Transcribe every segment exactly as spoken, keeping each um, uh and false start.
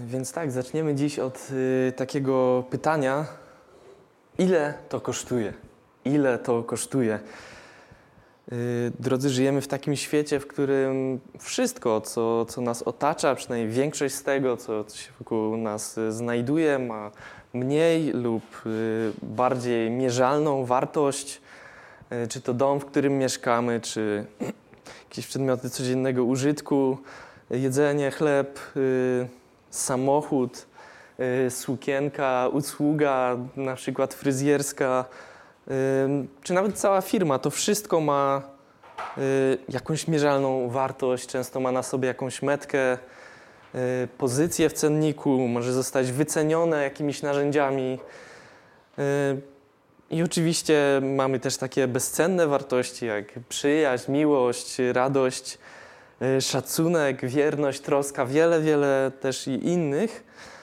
Więc tak, zaczniemy dziś od y, takiego pytania, ile to kosztuje? Ile to kosztuje? Y, drodzy, żyjemy w takim świecie, w którym wszystko, co, co nas otacza, przynajmniej większość z tego, co, co się wokół nas y, znajduje, ma mniej lub y, bardziej mierzalną wartość. Y, czy to dom, w którym mieszkamy, czy jakieś przedmioty codziennego użytku, jedzenie, chleb, y, samochód, y, sukienka, usługa, na przykład fryzjerska, y, czy nawet cała firma. To wszystko ma y, jakąś mierzalną wartość, często ma na sobie jakąś metkę, y, pozycję w cenniku, może zostać wycenione jakimiś narzędziami. Y, I oczywiście mamy też takie bezcenne wartości jak przyjaźń, miłość, radość, szacunek, wierność, troska, wiele, wiele też i innych.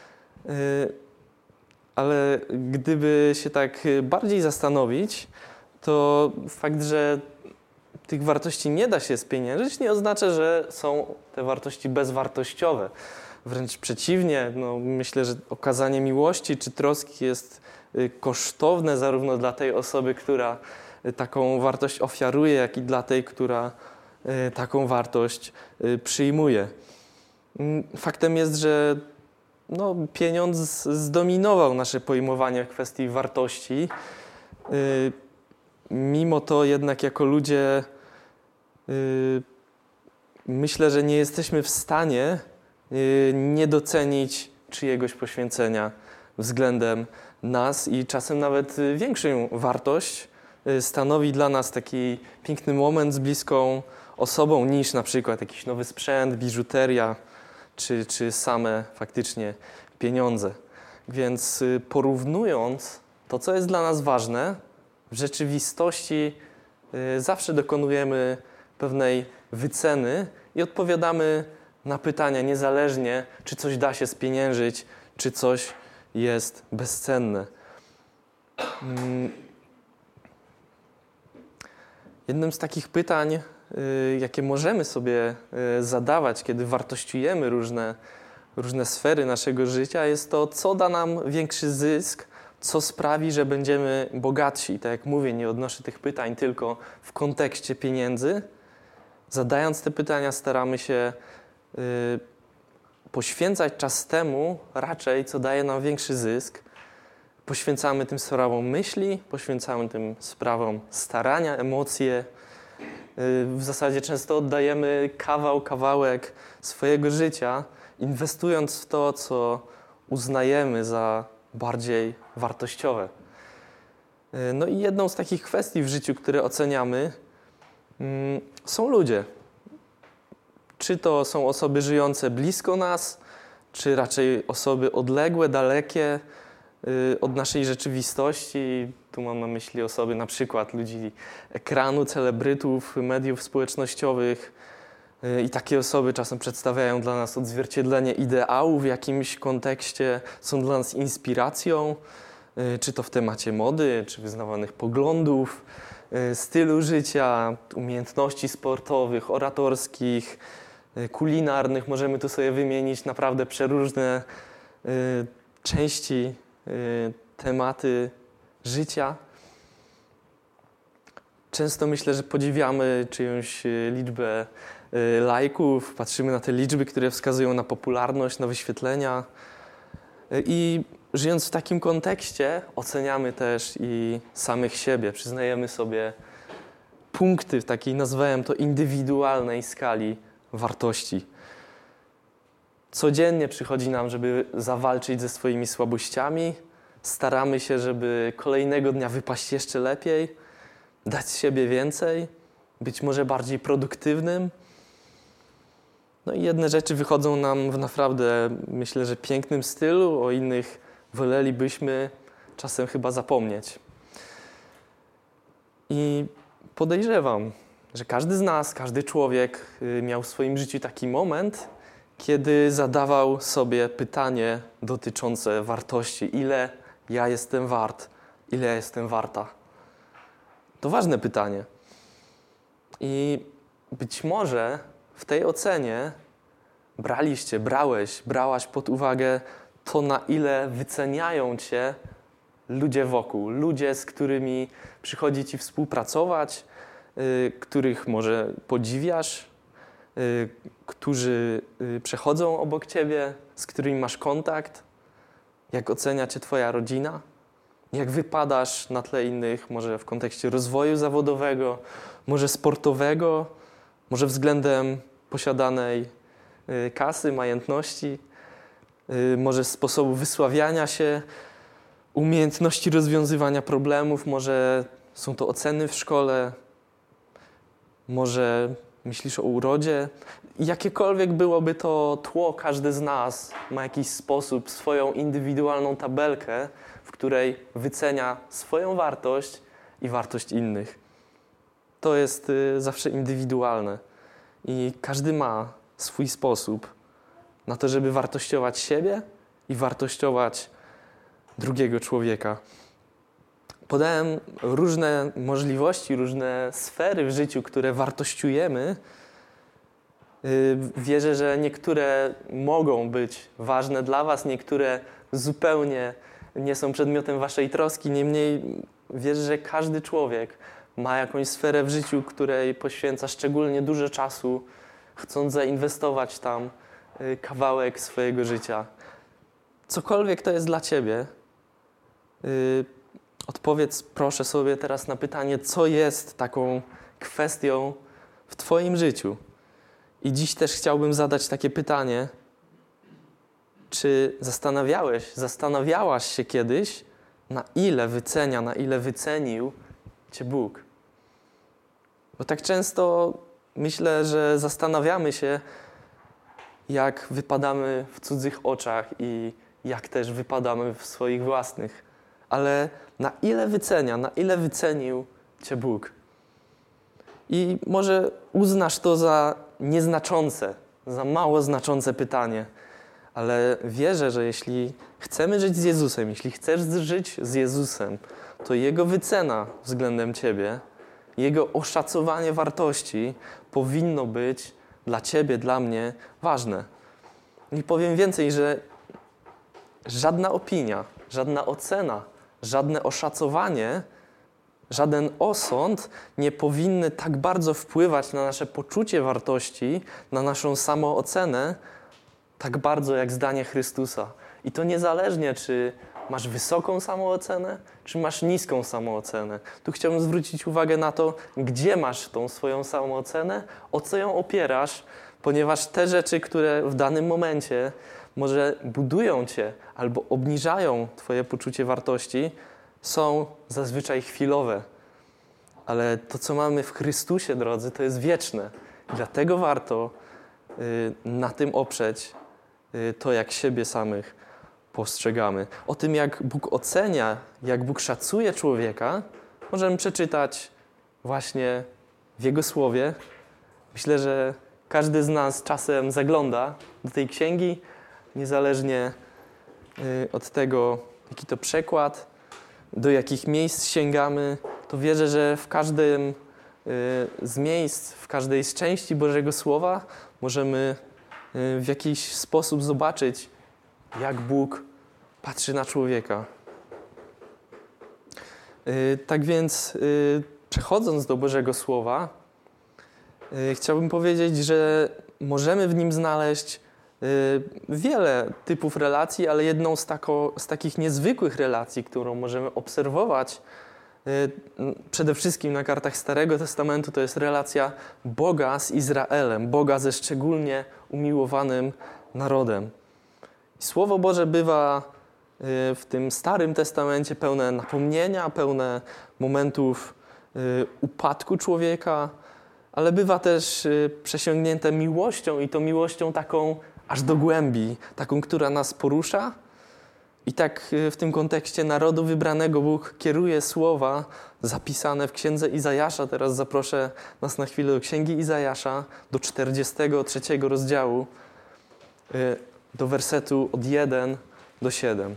Ale gdyby się tak bardziej zastanowić, to fakt, że tych wartości nie da się spieniężyć, nie oznacza, że są te wartości bezwartościowe. Wręcz przeciwnie, no myślę, że okazanie miłości czy troski jest kosztowne zarówno dla tej osoby, która taką wartość ofiaruje, jak i dla tej, która taką wartość przyjmuje. Faktem jest, że no, pieniądz zdominował nasze pojmowanie w kwestii wartości. Mimo to jednak jako ludzie myślę, że nie jesteśmy w stanie nie docenić czyjegoś poświęcenia względem nas i czasem nawet większą wartość stanowi dla nas taki piękny moment z bliską osobą niż na przykład jakiś nowy sprzęt, biżuteria czy, czy same faktycznie pieniądze. Więc porównując to, co jest dla nas ważne, w rzeczywistości zawsze dokonujemy pewnej wyceny i odpowiadamy na pytania niezależnie, czy coś da się spieniężyć, czy coś jest bezcenne. Jednym z takich pytań, jakie możemy sobie zadawać, kiedy wartościujemy różne, różne sfery naszego życia, jest to, co da nam większy zysk, co sprawi, że będziemy bogatsi. I tak jak mówię, nie odnoszę tych pytań tylko w kontekście pieniędzy. Zadając te pytania, staramy się poświęcać czas temu raczej, co daje nam większy zysk. Poświęcamy tym sprawom myśli, poświęcamy tym sprawom starania, emocje. W zasadzie często oddajemy kawał, kawałek swojego życia, inwestując w to, co uznajemy za bardziej wartościowe. No i jedną z takich kwestii w życiu, które oceniamy, są ludzie. Czy to są osoby żyjące blisko nas, czy raczej osoby odległe, dalekie od naszej rzeczywistości. Tu mam na myśli osoby, na przykład ludzi ekranu, celebrytów, mediów społecznościowych. I takie osoby czasem przedstawiają dla nas odzwierciedlenie ideału w jakimś kontekście, są dla nas inspiracją, czy to w temacie mody, czy wyznawanych poglądów, stylu życia, umiejętności sportowych, oratorskich, kulinarnych. Możemy tu sobie wymienić naprawdę przeróżne części, tematy życia. Często myślę, że podziwiamy czyjąś liczbę lajków, patrzymy na te liczby, które wskazują na popularność, na wyświetlenia i żyjąc w takim kontekście oceniamy też i samych siebie, przyznajemy sobie punkty w takiej, nazwałem to, indywidualnej skali wartości. Codziennie przychodzi nam, żeby zawalczyć ze swoimi słabościami. Staramy się, żeby kolejnego dnia wypaść jeszcze lepiej, dać z siebie więcej, być może bardziej produktywnym. No i jedne rzeczy wychodzą nam w naprawdę, myślę, że pięknym stylu, o innych wolelibyśmy czasem chyba zapomnieć. I podejrzewam, że każdy z nas, każdy człowiek miał w swoim życiu taki moment, kiedy zadawał sobie pytanie dotyczące wartości. Ile ja jestem wart? Ile ja jestem warta? To ważne pytanie. I być może w tej ocenie braliście, brałeś, brałaś pod uwagę to, na ile wyceniają cię ludzie wokół, ludzie, z którymi przychodzi ci współpracować, y, których może podziwiasz, y, którzy y, przechodzą obok ciebie, z którymi masz kontakt, jak ocenia cię twoja rodzina, jak wypadasz na tle innych, może w kontekście rozwoju zawodowego, może sportowego, może względem posiadanej y, kasy, majętności, y, może sposobu wysławiania się, umiejętności rozwiązywania problemów, może są to oceny w szkole, może myślisz o urodzie. Jakiekolwiek byłoby to tło, każdy z nas ma jakiś sposób, swoją indywidualną tabelkę, w której wycenia swoją wartość i wartość innych. To jest y, zawsze indywidualne i każdy ma swój sposób na to, żeby wartościować siebie i wartościować drugiego człowieka. Podałem różne możliwości, różne sfery w życiu, które wartościujemy. Wierzę, że niektóre mogą być ważne dla was, niektóre zupełnie nie są przedmiotem waszej troski. Niemniej wierzę, że każdy człowiek ma jakąś sferę w życiu, której poświęca szczególnie dużo czasu, chcąc zainwestować tam kawałek swojego życia. Cokolwiek to jest dla ciebie, Yy, odpowiedz proszę sobie teraz na pytanie, co jest taką kwestią w twoim życiu. I dziś też chciałbym zadać takie pytanie, czy zastanawiałeś, zastanawiałaś się kiedyś, na ile wycenia, na ile wycenił cię Bóg? Bo tak często myślę, że zastanawiamy się, jak wypadamy w cudzych oczach i jak też wypadamy w swoich własnych. Ale na ile wycenia, na ile wycenił cię Bóg? I może uznasz to za nieznaczące, za mało znaczące pytanie, ale wierzę, że jeśli chcemy żyć z Jezusem, jeśli chcesz żyć z Jezusem, to Jego wycena względem ciebie, Jego oszacowanie wartości powinno być dla ciebie, dla mnie ważne. I powiem więcej, że żadna opinia, żadna ocena, żadne oszacowanie, żaden osąd nie powinny tak bardzo wpływać na nasze poczucie wartości, na naszą samoocenę, tak bardzo jak zdanie Chrystusa. I to niezależnie, czy masz wysoką samoocenę, czy masz niską samoocenę. Tu chciałbym zwrócić uwagę na to, gdzie masz tą swoją samoocenę, o co ją opierasz, ponieważ te rzeczy, które w danym momencie może budują cię albo obniżają twoje poczucie wartości, są zazwyczaj chwilowe. Ale to, co mamy w Chrystusie, drodzy, to jest wieczne. Dlatego warto y, na tym oprzeć y, to, jak siebie samych postrzegamy. O tym, jak Bóg ocenia, jak Bóg szacuje człowieka, możemy przeczytać właśnie w Jego Słowie. Myślę, że każdy z nas czasem zagląda do tej księgi, niezależnie y, od tego, jaki to przekład, do jakich miejsc sięgamy, to wierzę, że w każdym y, z miejsc, w każdej z części Bożego Słowa możemy y, w jakiś sposób zobaczyć, jak Bóg patrzy na człowieka. Y, tak więc y, przechodząc do Bożego Słowa, y, chciałbym powiedzieć, że możemy w nim znaleźć y, wiele typów relacji, ale jedną z, tako, z takich niezwykłych relacji, którą możemy obserwować y, przede wszystkim na kartach Starego Testamentu, to jest relacja Boga z Izraelem, Boga ze szczególnie umiłowanym narodem. Słowo Boże bywa w tym Starym Testamencie pełne napomnienia, pełne momentów upadku człowieka, ale bywa też przesiągnięte miłością i to miłością taką aż do głębi, taką, która nas porusza. I tak w tym kontekście narodu wybranego Bóg kieruje słowa zapisane w Księdze Izajasza. Teraz zaproszę nas na chwilę do Księgi Izajasza, do czterdziestego trzeciego rozdziału, do wersetu od jeden do siedem.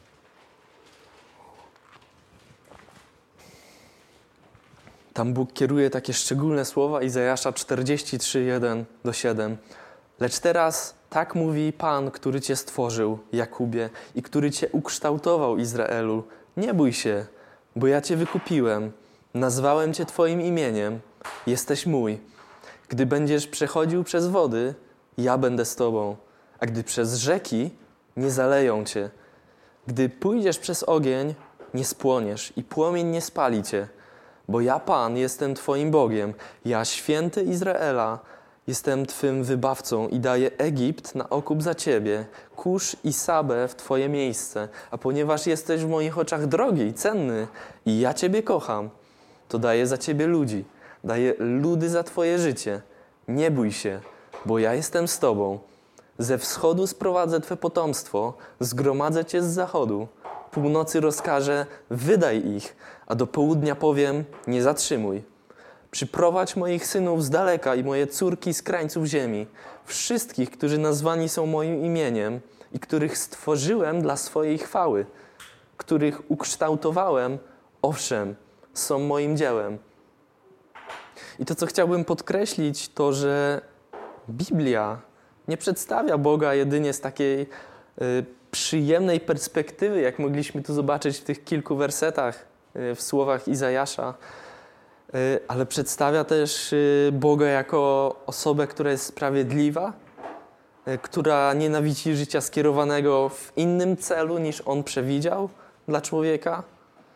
Tam Bóg kieruje takie szczególne słowa, Izajasza czterdzieści trzy, jeden do siedem. Lecz teraz Tak mówi Pan, który cię stworzył, Jakubie, i który cię ukształtował, Izraelu. Nie bój się, bo ja cię wykupiłem. Nazwałem cię twoim imieniem. Jesteś mój. Gdy będziesz przechodził przez wody, ja będę z tobą. A gdy przez rzeki, nie zaleją cię. Gdy pójdziesz przez ogień, nie spłoniesz i płomień nie spali cię. Bo ja, Pan, jestem twoim Bogiem. Ja, święty Izraela, jestem twym wybawcą i daję Egipt na okup za ciebie, Kusz i Sabę w twoje miejsce. A ponieważ jesteś w moich oczach drogi i cenny i ja ciebie kocham, to daję za ciebie ludzi, daję ludy za twoje życie. Nie bój się, bo ja jestem z tobą. Ze wschodu sprowadzę twe potomstwo, zgromadzę cię z zachodu. Północy rozkażę, wydaj ich, a do południa powiem, nie zatrzymuj. Przyprowadź moich synów z daleka i moje córki z krańców ziemi, wszystkich, którzy nazwani są moim imieniem i których stworzyłem dla swojej chwały, których ukształtowałem, owszem, są moim dziełem. I to, co chciałbym podkreślić, to, że Biblia nie przedstawia Boga jedynie z takiej y, przyjemnej perspektywy, jak mogliśmy tu zobaczyć w tych kilku wersetach, y, w słowach Izajasza, y, ale przedstawia też y, Boga jako osobę, która jest sprawiedliwa, y, która nienawidzi życia skierowanego w innym celu, niż On przewidział dla człowieka.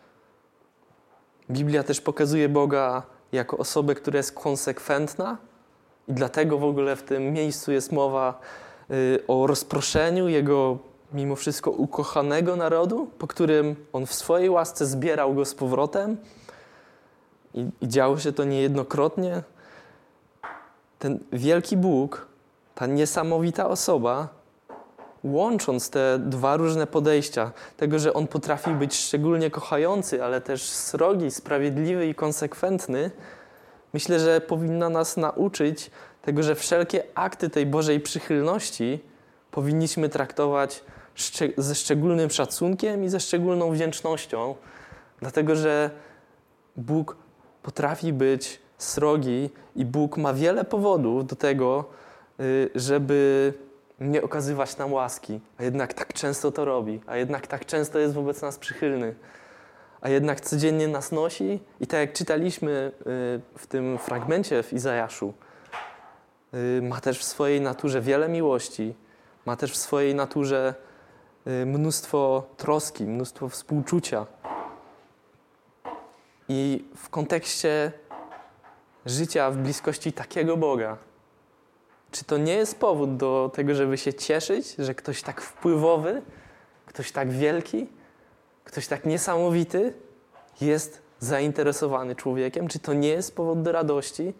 Biblia też pokazuje Boga jako osobę, która jest konsekwentna i dlatego w ogóle w tym miejscu jest mowa y, o rozproszeniu Jego mimo wszystko ukochanego narodu, po którym On w swojej łasce zbierał go z powrotem i, i działo się to niejednokrotnie. Ten wielki Bóg, ta niesamowita osoba, łącząc te dwa różne podejścia, tego, że On potrafi być szczególnie kochający, ale też srogi, sprawiedliwy i konsekwentny, myślę, że powinna nas nauczyć tego, że wszelkie akty tej Bożej przychylności powinniśmy traktować szcze- ze szczególnym szacunkiem i ze szczególną wdzięcznością, dlatego że Bóg potrafi być srogi i Bóg ma wiele powodów do tego, żeby nie okazywać nam łaski, a jednak tak często to robi, a jednak tak często jest wobec nas przychylny, a jednak codziennie nas nosi i tak jak czytaliśmy w tym fragmencie w Izajaszu, ma też w swojej naturze wiele miłości, ma też w swojej naturze mnóstwo troski, mnóstwo współczucia. I w kontekście życia w bliskości takiego Boga, czy to nie jest powód do tego, żeby się cieszyć, że ktoś tak wpływowy, ktoś tak wielki, ktoś tak niesamowity jest zainteresowany człowiekiem? Czy to nie jest powód do radości?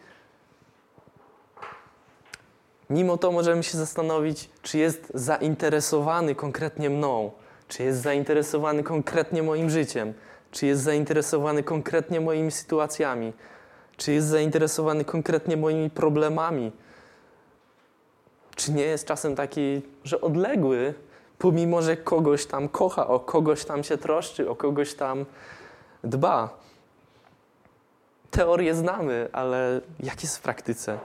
Mimo to możemy się zastanowić, czy jest zainteresowany konkretnie mną, czy jest zainteresowany konkretnie moim życiem, czy jest zainteresowany konkretnie moimi sytuacjami, czy jest zainteresowany konkretnie moimi problemami. Czy nie jest czasem taki, że odległy, pomimo że kogoś tam kocha, o kogoś tam się troszczy, o kogoś tam dba. Teorię znamy, ale jak jest w praktyce?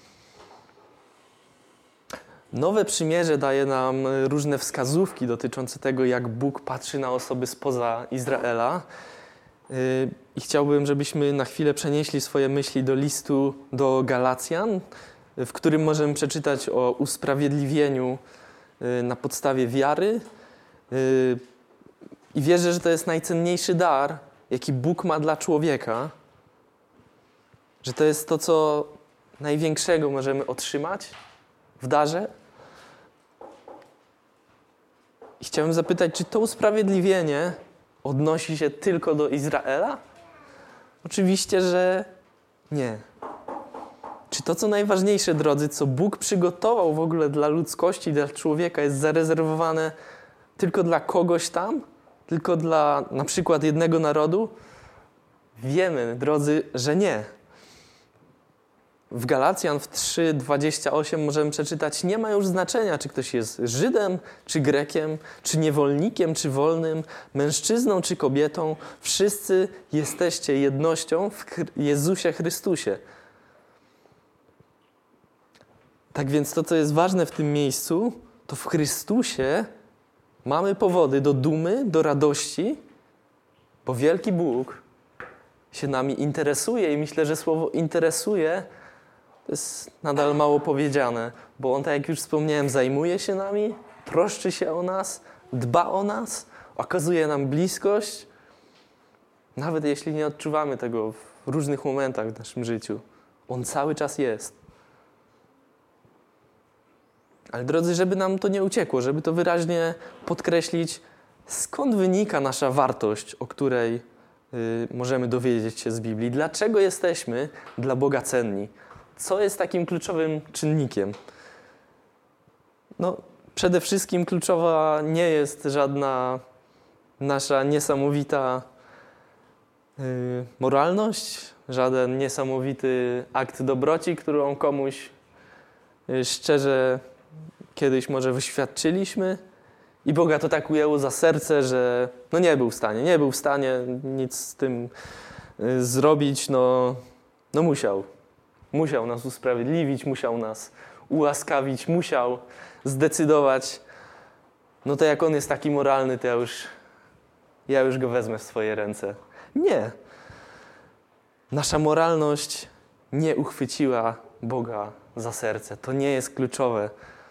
Nowe Przymierze daje nam różne wskazówki dotyczące tego, jak Bóg patrzy na osoby spoza Izraela. I chciałbym, żebyśmy na chwilę przenieśli swoje myśli do listu do Galacjan, w którym możemy przeczytać o usprawiedliwieniu na podstawie wiary. I wierzę, że to jest najcenniejszy dar, jaki Bóg ma dla człowieka. Że to jest to, co największego możemy otrzymać w darze. I chciałem zapytać, czy to usprawiedliwienie odnosi się tylko do Izraela? Oczywiście, że nie. Czy to, co najważniejsze, drodzy, co Bóg przygotował w ogóle dla ludzkości, dla człowieka, jest zarezerwowane tylko dla kogoś tam? Tylko dla na przykład jednego narodu? Wiemy, drodzy, że nie. W Galacjan w trzy dwadzieścia osiem możemy przeczytać: nie ma już znaczenia, czy ktoś jest Żydem, czy Grekiem, czy niewolnikiem, czy wolnym, mężczyzną, czy kobietą. Wszyscy jesteście jednością w Jezusie Chrystusie. Tak więc to, co jest ważne w tym miejscu, to w Chrystusie mamy powody do dumy, do radości, bo wielki Bóg się nami interesuje i myślę, że słowo interesuje to jest nadal mało powiedziane, bo On, tak jak już wspomniałem, zajmuje się nami, troszczy się o nas, dba o nas, okazuje nam bliskość, nawet jeśli nie odczuwamy tego w różnych momentach w naszym życiu. On cały czas jest. Ale drodzy, żeby nam to nie uciekło, żeby to wyraźnie podkreślić, skąd wynika nasza wartość, o której y, możemy dowiedzieć się z Biblii. Dlaczego jesteśmy dla Boga cenni? Co jest takim kluczowym czynnikiem? No, przede wszystkim kluczowa nie jest żadna nasza niesamowita y, moralność, żaden niesamowity akt dobroci, którą komuś y, szczerze kiedyś może wyświadczyliśmy i Boga to tak ujęło za serce, że no nie był w stanie, nie był w stanie nic z tym y, zrobić, no, no musiał. Musiał nas usprawiedliwić, musiał nas ułaskawić, musiał zdecydować, no to jak On jest taki moralny, to ja już, ja już Go wezmę w swoje ręce. Nie. Nasza moralność nie uchwyciła Boga za serce. To nie jest kluczowe.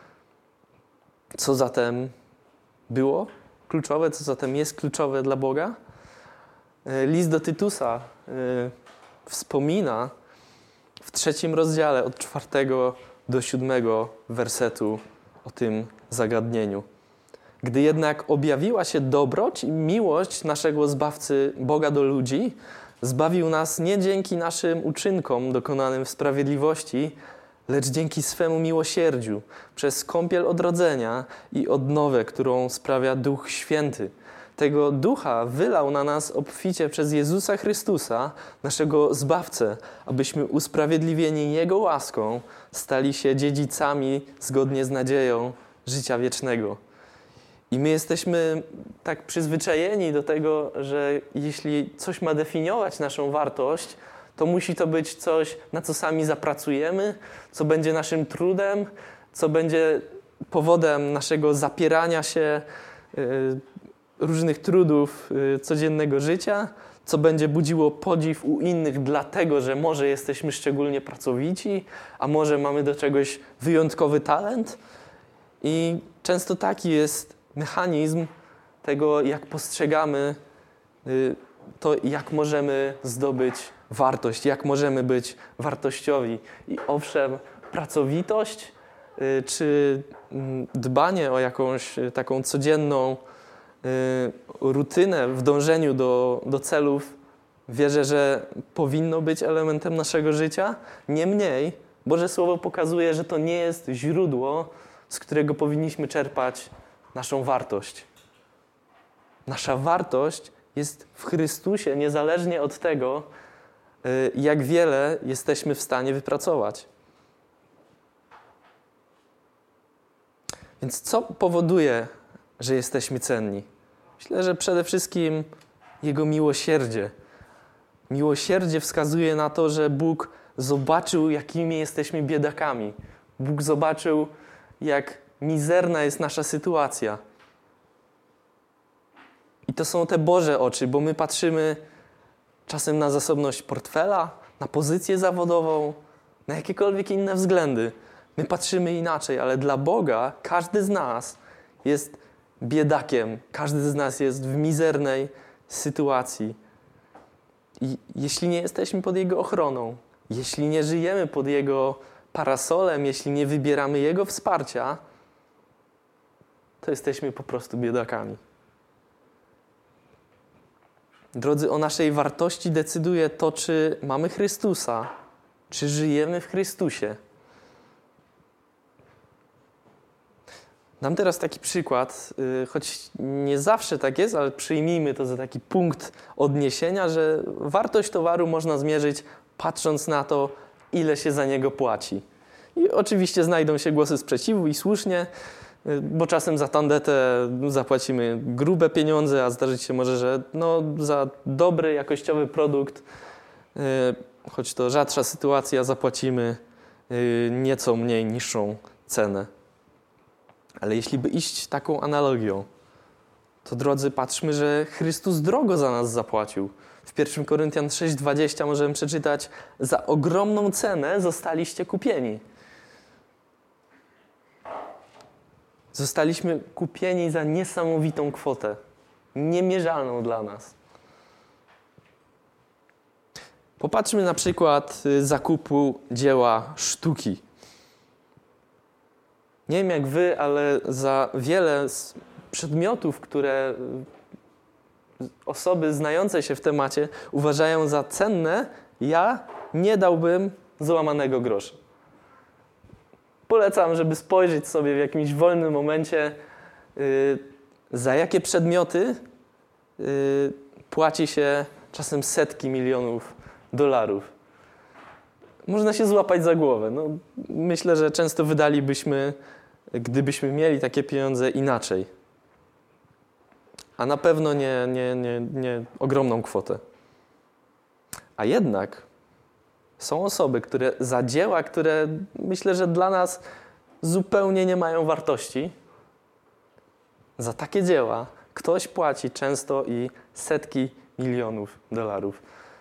Co zatem było kluczowe? Co zatem jest kluczowe dla Boga? List do Tytusa y, wspomina w trzecim rozdziale od czwartego do siódmego wersetu o tym zagadnieniu. Gdy jednak objawiła się dobroć i miłość naszego Zbawcy Boga do ludzi, zbawił nas nie dzięki naszym uczynkom dokonanym w sprawiedliwości, lecz dzięki swemu miłosierdziu, przez kąpiel odrodzenia i odnowę, którą sprawia Duch Święty. Tego Ducha wylał na nas obficie przez Jezusa Chrystusa, naszego Zbawcę, abyśmy usprawiedliwieni Jego łaską stali się dziedzicami zgodnie z nadzieją życia wiecznego. I my jesteśmy tak przyzwyczajeni do tego, że jeśli coś ma definiować naszą wartość, to musi to być coś, na co sami zapracujemy, co będzie naszym trudem, co będzie powodem naszego zapierania się yy, różnych trudów yy, codziennego życia, co będzie budziło podziw u innych dlatego, że może jesteśmy szczególnie pracowici, a może mamy do czegoś wyjątkowy talent. I często taki jest mechanizm tego, jak postrzegamy yy, to, jak możemy zdobyć wartość, jak możemy być wartościowi. I owszem, pracowitość y, czy y, dbanie o jakąś y, taką codzienną y, rutynę w dążeniu do, do celów, wierzę, że powinno być elementem naszego życia. Niemniej Boże Słowo pokazuje, że to nie jest źródło, z którego powinniśmy czerpać naszą wartość. Nasza wartość jest w Chrystusie, niezależnie od tego, jak wiele jesteśmy w stanie wypracować. Więc co powoduje, że jesteśmy cenni? Myślę, że przede wszystkim Jego miłosierdzie. Miłosierdzie wskazuje na to, że Bóg zobaczył, jakimi jesteśmy biedakami. Bóg zobaczył, jak mizerna jest nasza sytuacja. I to są te Boże oczy, bo my patrzymy czasem na zasobność portfela, na pozycję zawodową, na jakiekolwiek inne względy. My patrzymy inaczej, ale dla Boga każdy z nas jest biedakiem. Każdy z nas jest w mizernej sytuacji. I jeśli nie jesteśmy pod Jego ochroną, jeśli nie żyjemy pod Jego parasolem, jeśli nie wybieramy Jego wsparcia, to jesteśmy po prostu biedakami. Drodzy, o naszej wartości decyduje to, czy mamy Chrystusa, czy żyjemy w Chrystusie. Dam teraz taki przykład, choć nie zawsze tak jest, ale przyjmijmy to za taki punkt odniesienia, że wartość towaru można zmierzyć patrząc na to, ile się za niego płaci. I oczywiście znajdą się głosy sprzeciwu i słusznie, bo czasem za tandetę zapłacimy grube pieniądze, a zdarzyć się może, że no, za dobry, jakościowy produkt, choć to rzadsza sytuacja, zapłacimy yy, nieco mniej niższą cenę. Ale jeśli by iść taką analogią, to drodzy, patrzmy, że Chrystus drogo za nas zapłacił. W pierwszym Koryntian sześć dwadzieścia możemy przeczytać: za ogromną cenę zostaliście kupieni. Zostaliśmy kupieni za niesamowitą kwotę, niemierzalną dla nas. Popatrzmy na przykład zakupu dzieła sztuki. Nie wiem jak wy, ale za wiele z przedmiotów, które osoby znające się w temacie uważają za cenne, ja nie dałbym złamanego grosza. Polecam, żeby spojrzeć sobie w jakimś wolnym momencie, yy, za jakie przedmioty yy, płaci się czasem setki milionów dolarów. Można się złapać za głowę. No, myślę, że często wydalibyśmy, gdybyśmy mieli takie pieniądze, inaczej. A na pewno nie, nie, nie, nie ogromną kwotę. A jednak są osoby, które za dzieła, które myślę, że dla nas zupełnie nie mają wartości, za takie dzieła ktoś płaci często i setki milionów dolarów.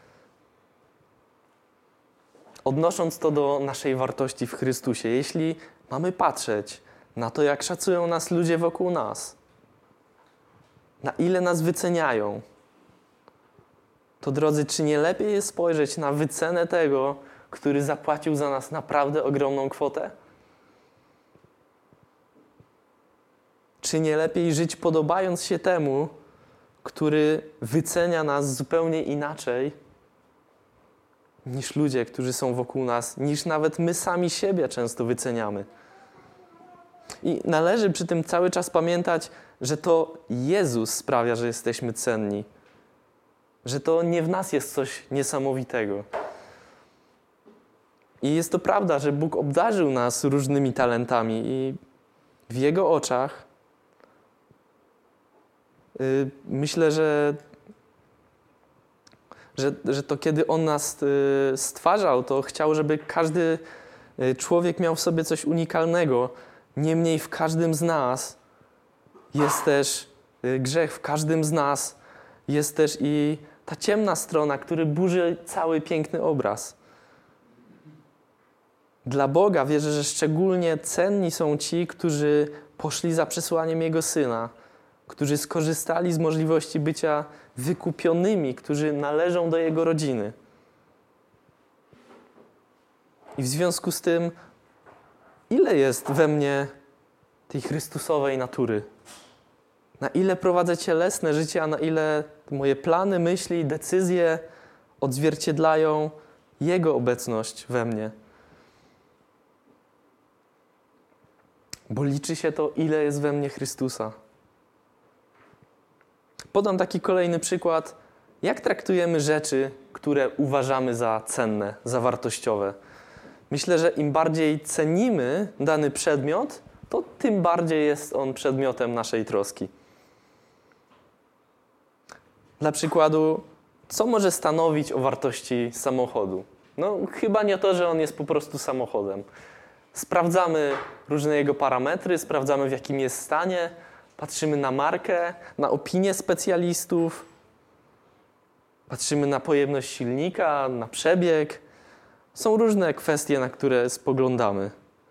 Odnosząc to do naszej wartości w Chrystusie, jeśli mamy patrzeć na to, jak szacują nas ludzie wokół nas, na ile nas wyceniają, to drodzy, czy nie lepiej jest spojrzeć na wycenę tego, który zapłacił za nas naprawdę ogromną kwotę? Czy nie lepiej żyć podobając się temu, który wycenia nas zupełnie inaczej niż ludzie, którzy są wokół nas, niż nawet my sami siebie często wyceniamy? I należy przy tym cały czas pamiętać, że to Jezus sprawia, że jesteśmy cenni. Że to nie w nas jest coś niesamowitego. I jest to prawda, że Bóg obdarzył nas różnymi talentami i w Jego oczach yy, myślę, że, że, że to kiedy On nas yy, stwarzał, to chciał, żeby każdy yy, człowiek miał w sobie coś unikalnego. Niemniej w każdym z nas jest też yy, grzech, w każdym z nas jest też i ta ciemna strona, która burzy cały piękny obraz. Dla Boga wierzę, że szczególnie cenni są ci, którzy poszli za przesłaniem Jego Syna, którzy skorzystali z możliwości bycia wykupionymi, którzy należą do Jego rodziny. I w związku z tym, ile jest we mnie tej Chrystusowej natury? Na ile prowadzę cielesne życie, a na ile moje plany, myśli, decyzje odzwierciedlają Jego obecność we mnie. Bo liczy się to, ile jest we mnie Chrystusa. Podam taki kolejny przykład. Jak traktujemy rzeczy, które uważamy za cenne, za wartościowe? Myślę, że im bardziej cenimy dany przedmiot, to tym bardziej jest on przedmiotem naszej troski. Dla przykładu, co może stanowić o wartości samochodu? No chyba nie to, że on jest po prostu samochodem. Sprawdzamy różne jego parametry, sprawdzamy w jakim jest stanie, patrzymy na markę, na opinie specjalistów, patrzymy na pojemność silnika, na przebieg. Są różne kwestie, na które spoglądamy.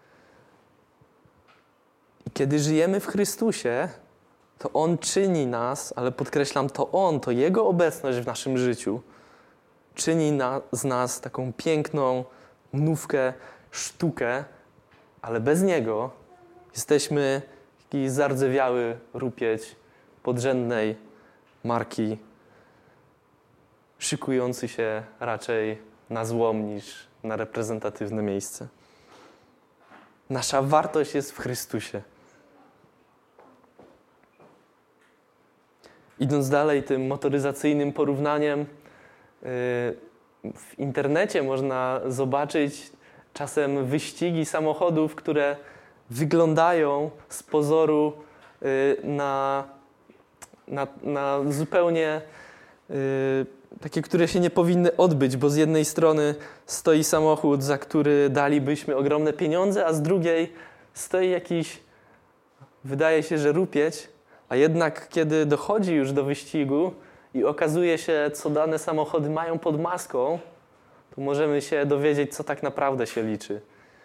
I kiedy żyjemy w Chrystusie, to On czyni nas, ale podkreślam, to On, to Jego obecność w naszym życiu czyni na, z nas taką piękną nówkę, sztukę, ale bez Niego jesteśmy taki zardzewiały rupieć podrzędnej marki, szykujący się raczej na złom niż na reprezentatywne miejsce. Nasza wartość jest w Chrystusie. Idąc dalej tym motoryzacyjnym porównaniem, w internecie można zobaczyć czasem wyścigi samochodów, które wyglądają z pozoru na, na, na zupełnie yy, takie, które się nie powinny odbyć, bo z jednej strony stoi samochód, za który dalibyśmy ogromne pieniądze, a z drugiej stoi jakiś, wydaje się, że rupieć, a jednak kiedy dochodzi już do wyścigu i okazuje się, co dane samochody mają pod maską, to możemy się dowiedzieć, co tak naprawdę się liczy.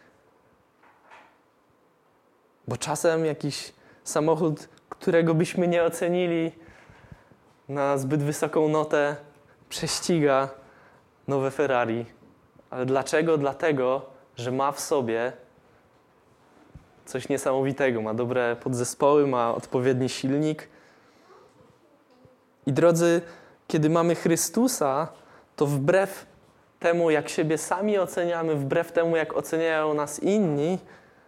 Bo czasem jakiś samochód, którego byśmy nie ocenili na zbyt wysoką notę, prześciga nowe Ferrari. Ale dlaczego? Dlatego, że ma w sobie coś niesamowitego. Ma dobre podzespoły, ma odpowiedni silnik. I drodzy, kiedy mamy Chrystusa, to wbrew temu, jak siebie sami oceniamy, wbrew temu, jak oceniają nas inni,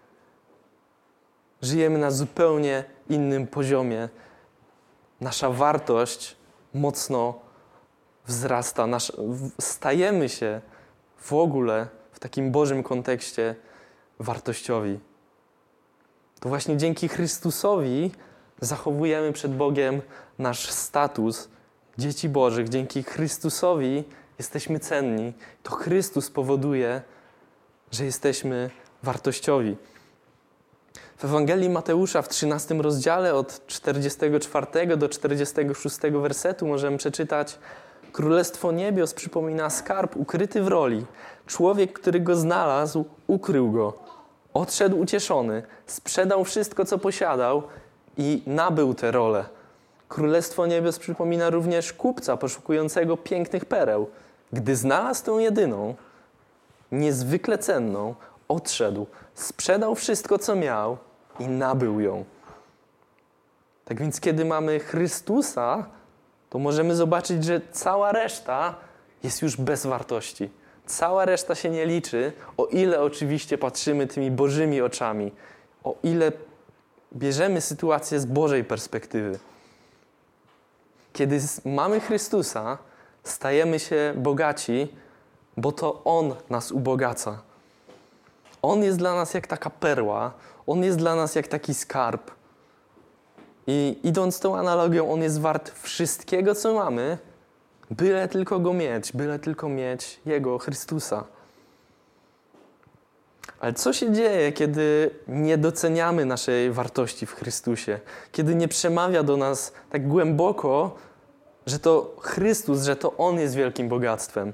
żyjemy na zupełnie innym poziomie. Nasza wartość mocno wzrasta. Nasz, stajemy się w ogóle w takim Bożym kontekście wartościowi. To właśnie dzięki Chrystusowi zachowujemy przed Bogiem nasz status dzieci Bożych. Dzięki Chrystusowi jesteśmy cenni. To Chrystus powoduje, że jesteśmy wartościowi. W Ewangelii Mateusza w trzynastym rozdziale od czterdziestego czwartego do czterdziestego szóstego wersetu możemy przeczytać: Królestwo niebios przypomina skarb ukryty w roli. Człowiek, który go znalazł, ukrył go. Odszedł ucieszony, sprzedał wszystko, co posiadał i nabył tę rolę. Królestwo niebios przypomina również kupca poszukującego pięknych pereł. Gdy znalazł tę jedyną, niezwykle cenną, odszedł, sprzedał wszystko, co miał i nabył ją. Tak więc, kiedy mamy Chrystusa, to możemy zobaczyć, że cała reszta jest już bez wartości. Cała reszta się nie liczy, o ile oczywiście patrzymy tymi Bożymi oczami, o ile bierzemy sytuację z Bożej perspektywy. Kiedy mamy Chrystusa, stajemy się bogaci, bo to On nas ubogaca. On jest dla nas jak taka perła, On jest dla nas jak taki skarb. I idąc tą analogią, On jest wart wszystkiego, co mamy, byle tylko Go mieć, byle tylko mieć Jego, Chrystusa. Ale co się dzieje, kiedy nie doceniamy naszej wartości w Chrystusie? Kiedy nie przemawia do nas tak głęboko, że to Chrystus, że to On jest wielkim bogactwem?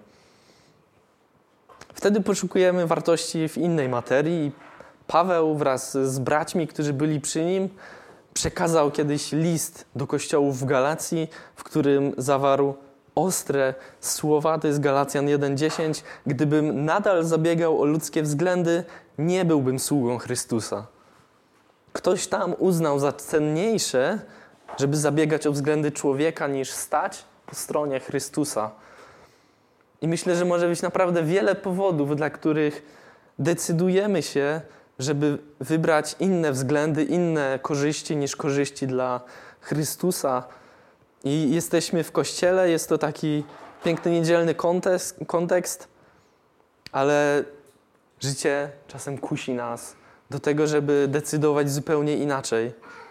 Wtedy poszukujemy wartości w innej materii. Paweł wraz z braćmi, którzy byli przy nim, przekazał kiedyś list do kościołów w Galacji, w którym zawarł ostre słowa. To jest Galacjan jeden dziesięć. Gdybym nadal zabiegał o ludzkie względy, nie byłbym sługą Chrystusa. Ktoś tam uznał za cenniejsze, żeby zabiegać o względy człowieka, niż stać po stronie Chrystusa. I myślę, że może być naprawdę wiele powodów, dla których decydujemy się, żeby wybrać inne względy, inne korzyści niż korzyści dla Chrystusa. I jesteśmy w kościele, jest to taki piękny niedzielny kontekst, kontekst, ale życie czasem kusi nas do tego, żeby decydować zupełnie inaczej.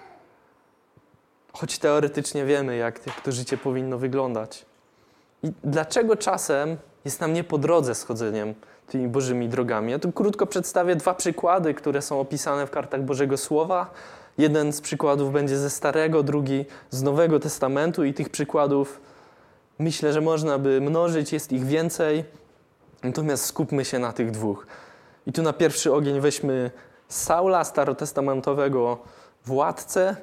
Choć teoretycznie wiemy, jak, jak to życie powinno wyglądać. I dlaczego czasem jest nam nie po drodze z chodzeniem tymi Bożymi drogami? Ja tu krótko przedstawię dwa przykłady, które są opisane w kartach Bożego Słowa. Jeden z przykładów będzie ze Starego, drugi z Nowego Testamentu i tych przykładów myślę, że można by mnożyć, jest ich więcej. Natomiast skupmy się na tych dwóch. I tu na pierwszy ogień weźmy Saula, starotestamentowego władcę.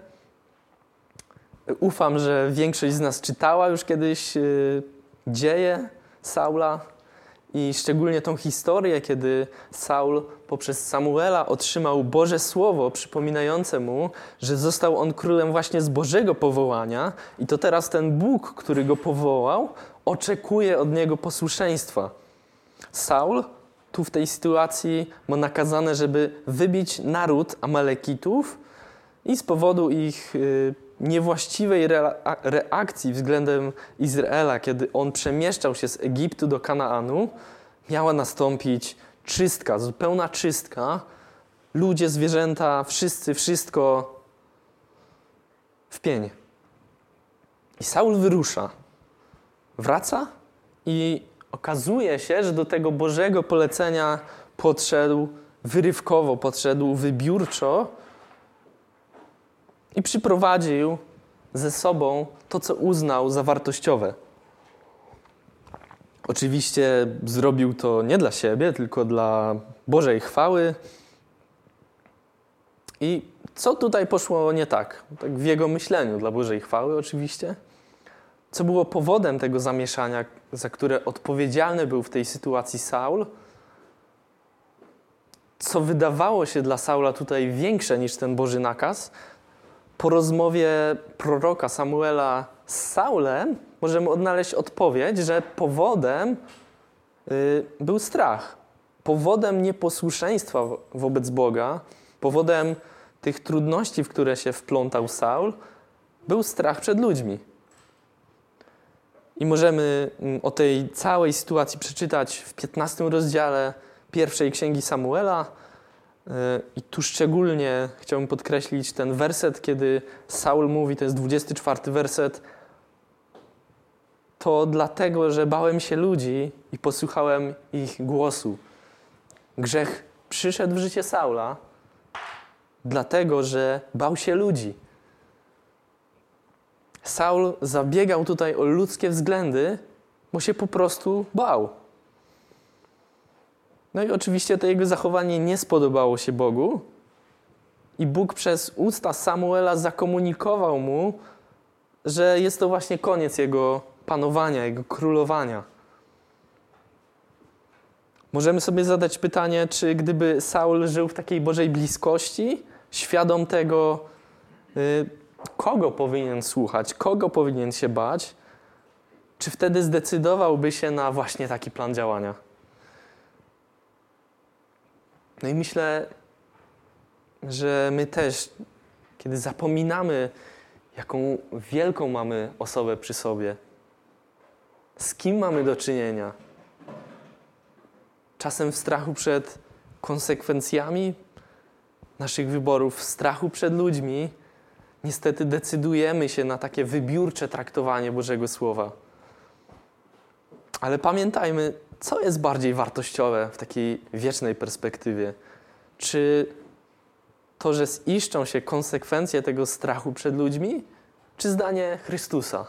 Ufam, że większość z nas czytała już kiedyś yy, dzieje Saula i szczególnie tą historię, kiedy Saul poprzez Samuela otrzymał Boże Słowo przypominające mu, że został on królem właśnie z Bożego powołania i to teraz ten Bóg, który go powołał, oczekuje od niego posłuszeństwa. Saul tu w tej sytuacji ma nakazane, żeby wybić naród Amalekitów i z powodu ich yy, niewłaściwej reakcji względem Izraela, kiedy on przemieszczał się z Egiptu do Kanaanu, miała nastąpić czystka, zupełna czystka. Ludzie, zwierzęta, wszyscy, wszystko w pień. I Saul wyrusza. wraca i okazuje się, że do tego Bożego polecenia podszedł wyrywkowo, podszedł wybiórczo i przyprowadził ze sobą to, co uznał za wartościowe. Oczywiście zrobił to nie dla siebie, tylko dla Bożej chwały. I co tutaj poszło nie tak? Tak w jego myśleniu, dla Bożej chwały oczywiście. Co było powodem tego zamieszania, za które odpowiedzialny był w tej sytuacji Saul? Co wydawało się dla Saula tutaj większe niż ten Boży nakaz? Po rozmowie proroka Samuela z Saulem możemy odnaleźć odpowiedź, że powodem y, był strach. Powodem nieposłuszeństwa wobec Boga, powodem tych trudności, w które się wplątał Saul, był strach przed ludźmi. I możemy o tej całej sytuacji przeczytać w piętnastym rozdziale pierwszej Księgi Samuela. I tu szczególnie chciałbym podkreślić ten werset, kiedy Saul mówi, to jest dwudziesty czwarty werset, to dlatego, że bałem się ludzi i posłuchałem ich głosu. Grzech przyszedł w życie Saula, dlatego, że bał się ludzi. Saul zabiegał tutaj o ludzkie względy, bo się po prostu bał. No i oczywiście to jego zachowanie nie spodobało się Bogu i Bóg przez usta Samuela zakomunikował mu, że jest to właśnie koniec jego panowania, jego królowania. Możemy sobie zadać pytanie, czy gdyby Saul żył w takiej Bożej bliskości, świadom tego, y, kogo powinien słuchać, kogo powinien się bać, czy wtedy zdecydowałby się na właśnie taki plan działania? No i myślę, że my też, kiedy zapominamy, jaką wielką mamy osobę przy sobie, z kim mamy do czynienia, czasem w strachu przed konsekwencjami naszych wyborów, w strachu przed ludźmi, niestety decydujemy się na takie wybiórcze traktowanie Bożego Słowa. Ale pamiętajmy, co jest bardziej wartościowe w takiej wiecznej perspektywie? Czy to, że ziszczą się konsekwencje tego strachu przed ludźmi, czy zdanie Chrystusa?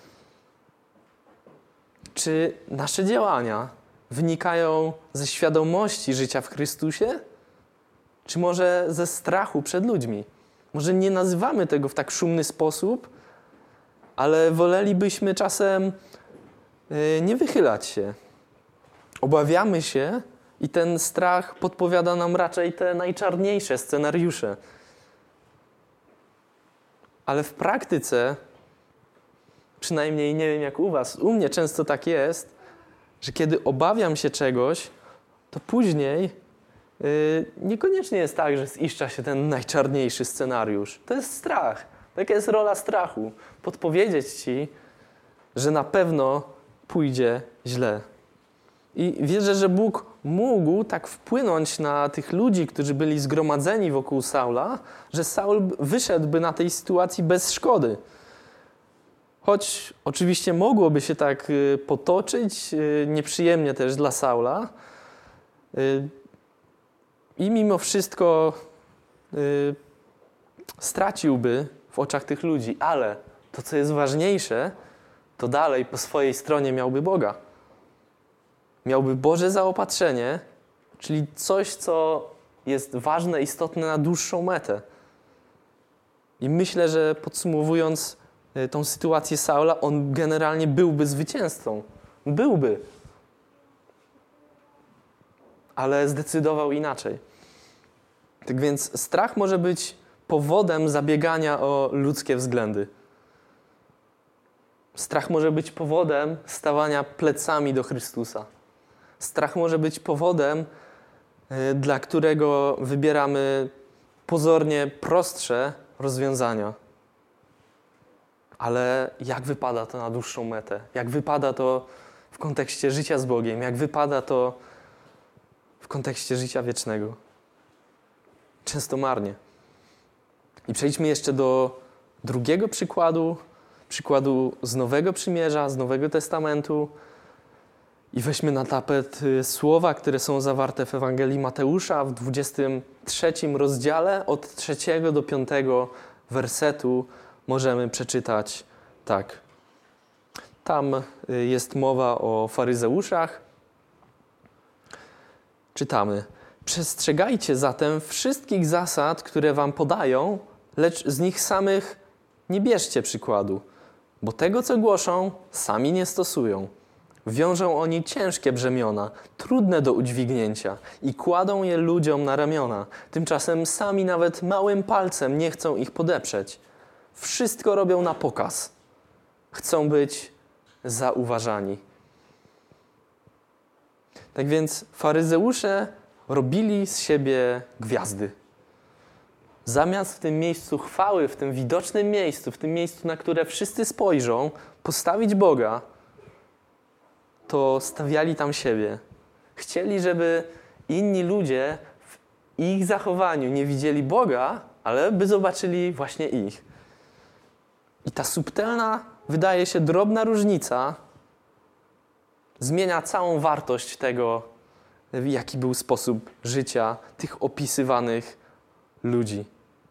Czy nasze działania wynikają ze świadomości życia w Chrystusie, czy może ze strachu przed ludźmi? Może nie nazywamy tego w tak szumny sposób, ale wolelibyśmy czasem nie wychylać się. Obawiamy się i ten strach podpowiada nam raczej te najczarniejsze scenariusze. Ale w praktyce, przynajmniej nie wiem jak u was, u mnie często tak jest, że kiedy obawiam się czegoś, to później yy, niekoniecznie jest tak, że ziszcza się ten najczarniejszy scenariusz. To jest strach. Taka jest rola strachu. Podpowiedzieć ci, że na pewno pójdzie źle. I wierzę, że Bóg mógł tak wpłynąć na tych ludzi, którzy byli zgromadzeni wokół Saula, że Saul wyszedłby na tej sytuacji bez szkody. Choć oczywiście mogłoby się tak potoczyć, nieprzyjemnie też dla Saula. I mimo wszystko straciłby w oczach tych ludzi. Ale to, co jest ważniejsze, to dalej po swojej stronie miałby Boga. Miałby Boże zaopatrzenie, czyli coś, co jest ważne, istotne na dłuższą metę. I myślę, że podsumowując tą sytuację Saula, on generalnie byłby zwycięzcą. Byłby. Ale zdecydował inaczej. Tak więc strach może być powodem zabiegania o ludzkie względy. Strach może być powodem stawania plecami do Chrystusa. Strach może być powodem, dla którego wybieramy pozornie prostsze rozwiązania. Ale jak wypada to na dłuższą metę? Jak wypada to w kontekście życia z Bogiem? Jak wypada to w kontekście życia wiecznego? Często marnie. I przejdźmy jeszcze do drugiego przykładu. przykładu z Nowego Przymierza, z Nowego Testamentu i weźmy na tapet słowa, które są zawarte w Ewangelii Mateusza w dwudziestym trzecim rozdziale od trzeciego do piątego wersetu możemy przeczytać tak. Tam jest mowa o faryzeuszach. Czytamy. Przestrzegajcie zatem wszystkich zasad, które wam podają, lecz z nich samych nie bierzcie przykładu, bo tego, co głoszą, sami nie stosują. Wiążą oni ciężkie brzemiona, trudne do udźwignięcia i kładą je ludziom na ramiona. Tymczasem sami nawet małym palcem nie chcą ich podeprzeć. Wszystko robią na pokaz. Chcą być zauważani. Tak więc faryzeusze robili z siebie gwiazdy. Zamiast w tym miejscu chwały, w tym widocznym miejscu, w tym miejscu, na które wszyscy spojrzą, postawić Boga, to stawiali tam siebie. Chcieli, żeby inni ludzie w ich zachowaniu nie widzieli Boga, ale by zobaczyli właśnie ich. I ta subtelna, wydaje się drobna różnica zmienia całą wartość tego, jaki był sposób życia tych opisywanych ludzi.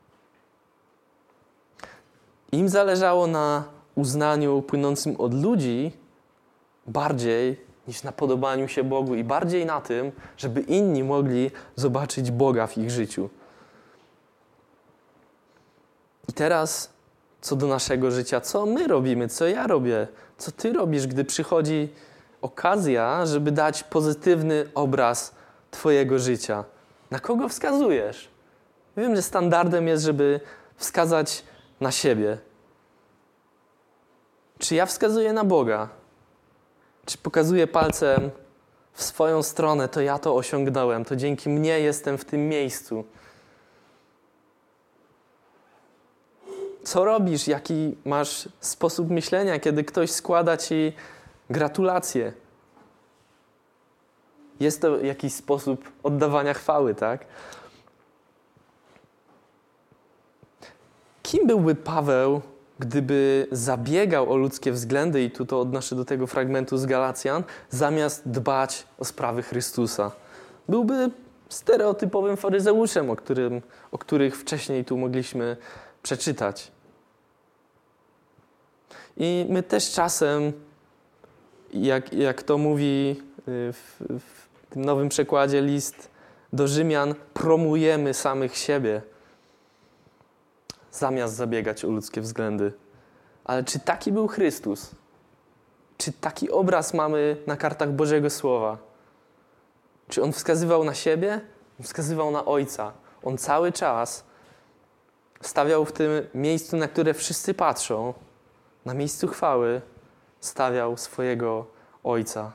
Im zależało na uznaniu płynącym od ludzi bardziej niż na podobaniu się Bogu i bardziej na tym, żeby inni mogli zobaczyć Boga w ich życiu. I teraz co do naszego życia, co my robimy, co ja robię, co ty robisz, gdy przychodzi okazja, żeby dać pozytywny obraz twojego życia. Na kogo wskazujesz? Wiem, że standardem jest, żeby wskazać na siebie. Czy ja wskazuję na Boga? Czy pokazuję palcem w swoją stronę, to ja to osiągnąłem, to dzięki mnie jestem w tym miejscu? Co robisz? Jaki masz sposób myślenia, kiedy ktoś składa ci gratulacje? Jest to jakiś sposób oddawania chwały, tak? Kim byłby Paweł, gdyby zabiegał o ludzkie względy, i tu to odnoszę do tego fragmentu z Galacjan, zamiast dbać o sprawy Chrystusa? Byłby stereotypowym faryzeuszem, o, którym, o których wcześniej tu mogliśmy przeczytać. I my też czasem, jak, jak to mówi w, w tym nowym przekładzie list do Rzymian, promujemy samych siebie, zamiast zabiegać o ludzkie względy. Ale czy taki był Chrystus? Czy taki obraz mamy na kartach Bożego Słowa? Czy On wskazywał na siebie? On wskazywał na Ojca. On cały czas stawiał w tym miejscu, na które wszyscy patrzą, na miejscu chwały, stawiał swojego Ojca.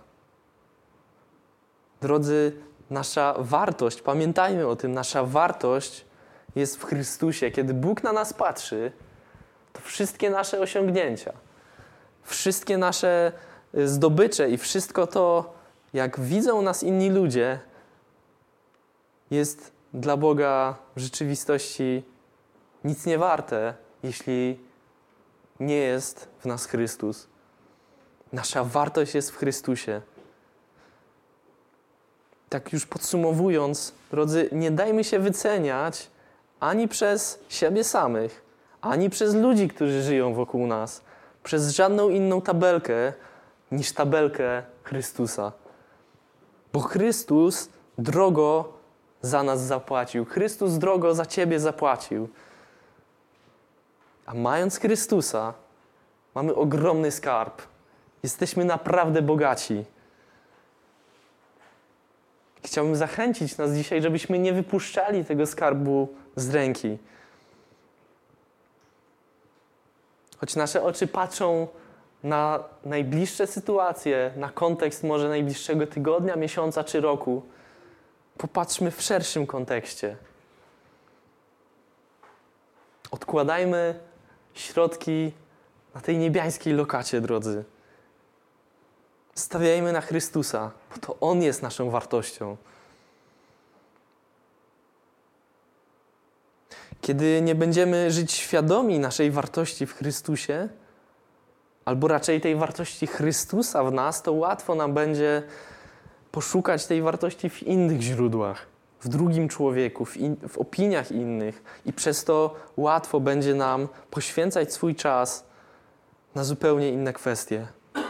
Drodzy, nasza wartość, pamiętajmy o tym, nasza wartość jest w Chrystusie. Kiedy Bóg na nas patrzy, to wszystkie nasze osiągnięcia, wszystkie nasze zdobycze i wszystko to, jak widzą nas inni ludzie, jest dla Boga w rzeczywistości nic nie warte, jeśli nie jest w nas Chrystus. Nasza wartość jest w Chrystusie. Tak już podsumowując, drodzy, nie dajmy się wyceniać ani przez siebie samych, ani przez ludzi, którzy żyją wokół nas, przez żadną inną tabelkę niż tabelkę Chrystusa. Bo Chrystus drogo za nas zapłacił. Chrystus drogo za ciebie zapłacił. A mając Chrystusa, mamy ogromny skarb. Jesteśmy naprawdę bogaci. Chciałbym zachęcić nas dzisiaj, żebyśmy nie wypuszczali tego skarbu z ręki. Choć nasze oczy patrzą na najbliższe sytuacje, na kontekst może najbliższego tygodnia, miesiąca czy roku, popatrzmy w szerszym kontekście. Odkładajmy środki na tej niebiańskiej lokacie, drodzy. Stawiajmy na Chrystusa, bo to On jest naszą wartością. Kiedy nie będziemy żyć świadomi naszej wartości w Chrystusie, albo raczej tej wartości Chrystusa w nas, to łatwo nam będzie poszukać tej wartości w innych źródłach, w drugim człowieku, w, in, w opiniach innych i przez to łatwo będzie nam poświęcać swój czas na zupełnie inne kwestie.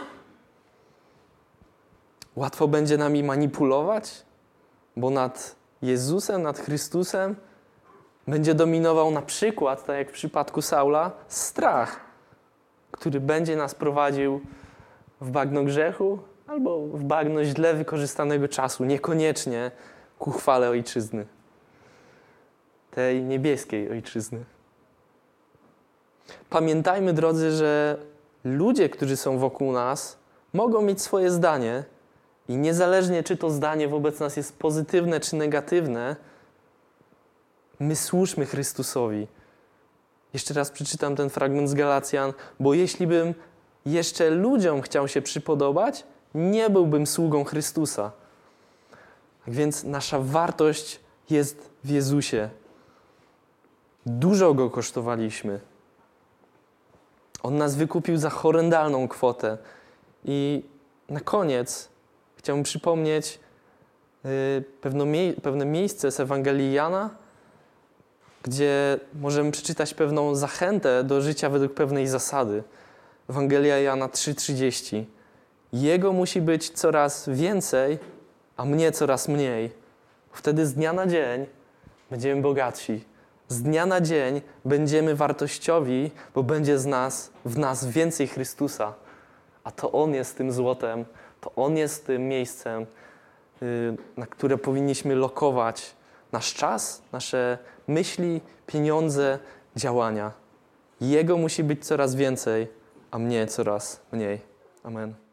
Łatwo będzie nami manipulować, bo nad Jezusem, nad Chrystusem będzie dominował na przykład, tak jak w przypadku Saula, strach, który będzie nas prowadził w bagno grzechu albo w bagno źle wykorzystanego czasu, niekoniecznie ku chwale Ojczyzny, tej niebieskiej Ojczyzny. Pamiętajmy, drodzy, że ludzie, którzy są wokół nas, mogą mieć swoje zdanie i niezależnie, czy to zdanie wobec nas jest pozytywne, czy negatywne, my służmy Chrystusowi. Jeszcze raz przeczytam ten fragment z Galacjan, bo jeśli bym jeszcze ludziom chciał się przypodobać, nie byłbym sługą Chrystusa. Tak więc nasza wartość jest w Jezusie. Dużo Go kosztowaliśmy. On nas wykupił za horrendalną kwotę. I na koniec chciałbym przypomnieć yy, pewno mie- pewne miejsce z Ewangelii Jana, gdzie możemy przeczytać pewną zachętę do życia według pewnej zasady. Ewangelia Jana trzy trzydzieści. Jego musi być coraz więcej, a mnie coraz mniej. Wtedy z dnia na dzień będziemy bogatsi. Z dnia na dzień będziemy wartościowi, bo będzie z nas, w nas więcej Chrystusa. A to On jest tym złotem, to On jest tym miejscem, yy, na które powinniśmy lokować nasz czas, nasze myśli, pieniądze, działania. Jego musi być coraz więcej, a mnie coraz mniej. Amen.